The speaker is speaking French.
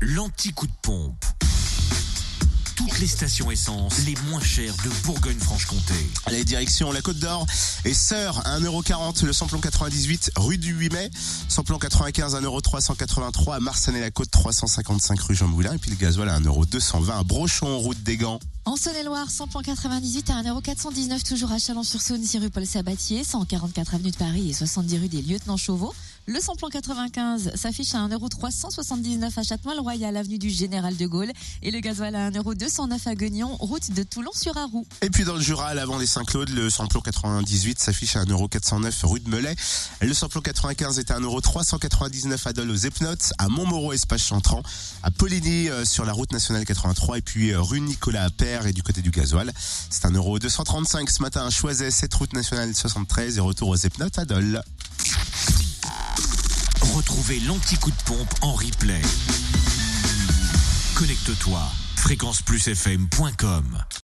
l'anti-coup de pompe. Toutes les stations essence les moins chères de Bourgogne-Franche-Comté. Allez, direction la Côte d'Or et Sœur à 1,40€, le samplon 98 rue du 8 mai, samplon 95 1,383€ à Marsanne-et-la-Côte, 355 rue Jean Moulin, et puis le gasoil à 1,220€ à Brochon, route des Gants. En Saône-et-Loire, samplon 98 à 1,419€, toujours à Chalon-sur-Saône, 6 rue Paul Sabatier, 144 avenue de Paris et 70 rue des Lieutenants Chauveau. Le samplon 95 s'affiche à 1,379€ à Châtenois-le-Royal, avenue du Général de Gaulle. Et le gasoil à 1,209€ à Guignon, route de Toulon-sur-Arroux. Et puis dans le Jura, à l'avant des Saint-Claude, le samplon 98 s'affiche à 1,409€ rue de Melay. Le samplon 95 est à 1,399€ à Dole aux Epnotes, à Montmoreau, espace Chantran, à Poligny sur la route nationale 83, et puis rue Nicolas Appert et du côté du gasoil. C'est 1,235€ ce matin à Choiset, cette route nationale 73, et retour aux Epnotes à Dole. Retrouvez l'anti-coup de pompe en replay. Connecte-toi, fréquenceplusfm.com.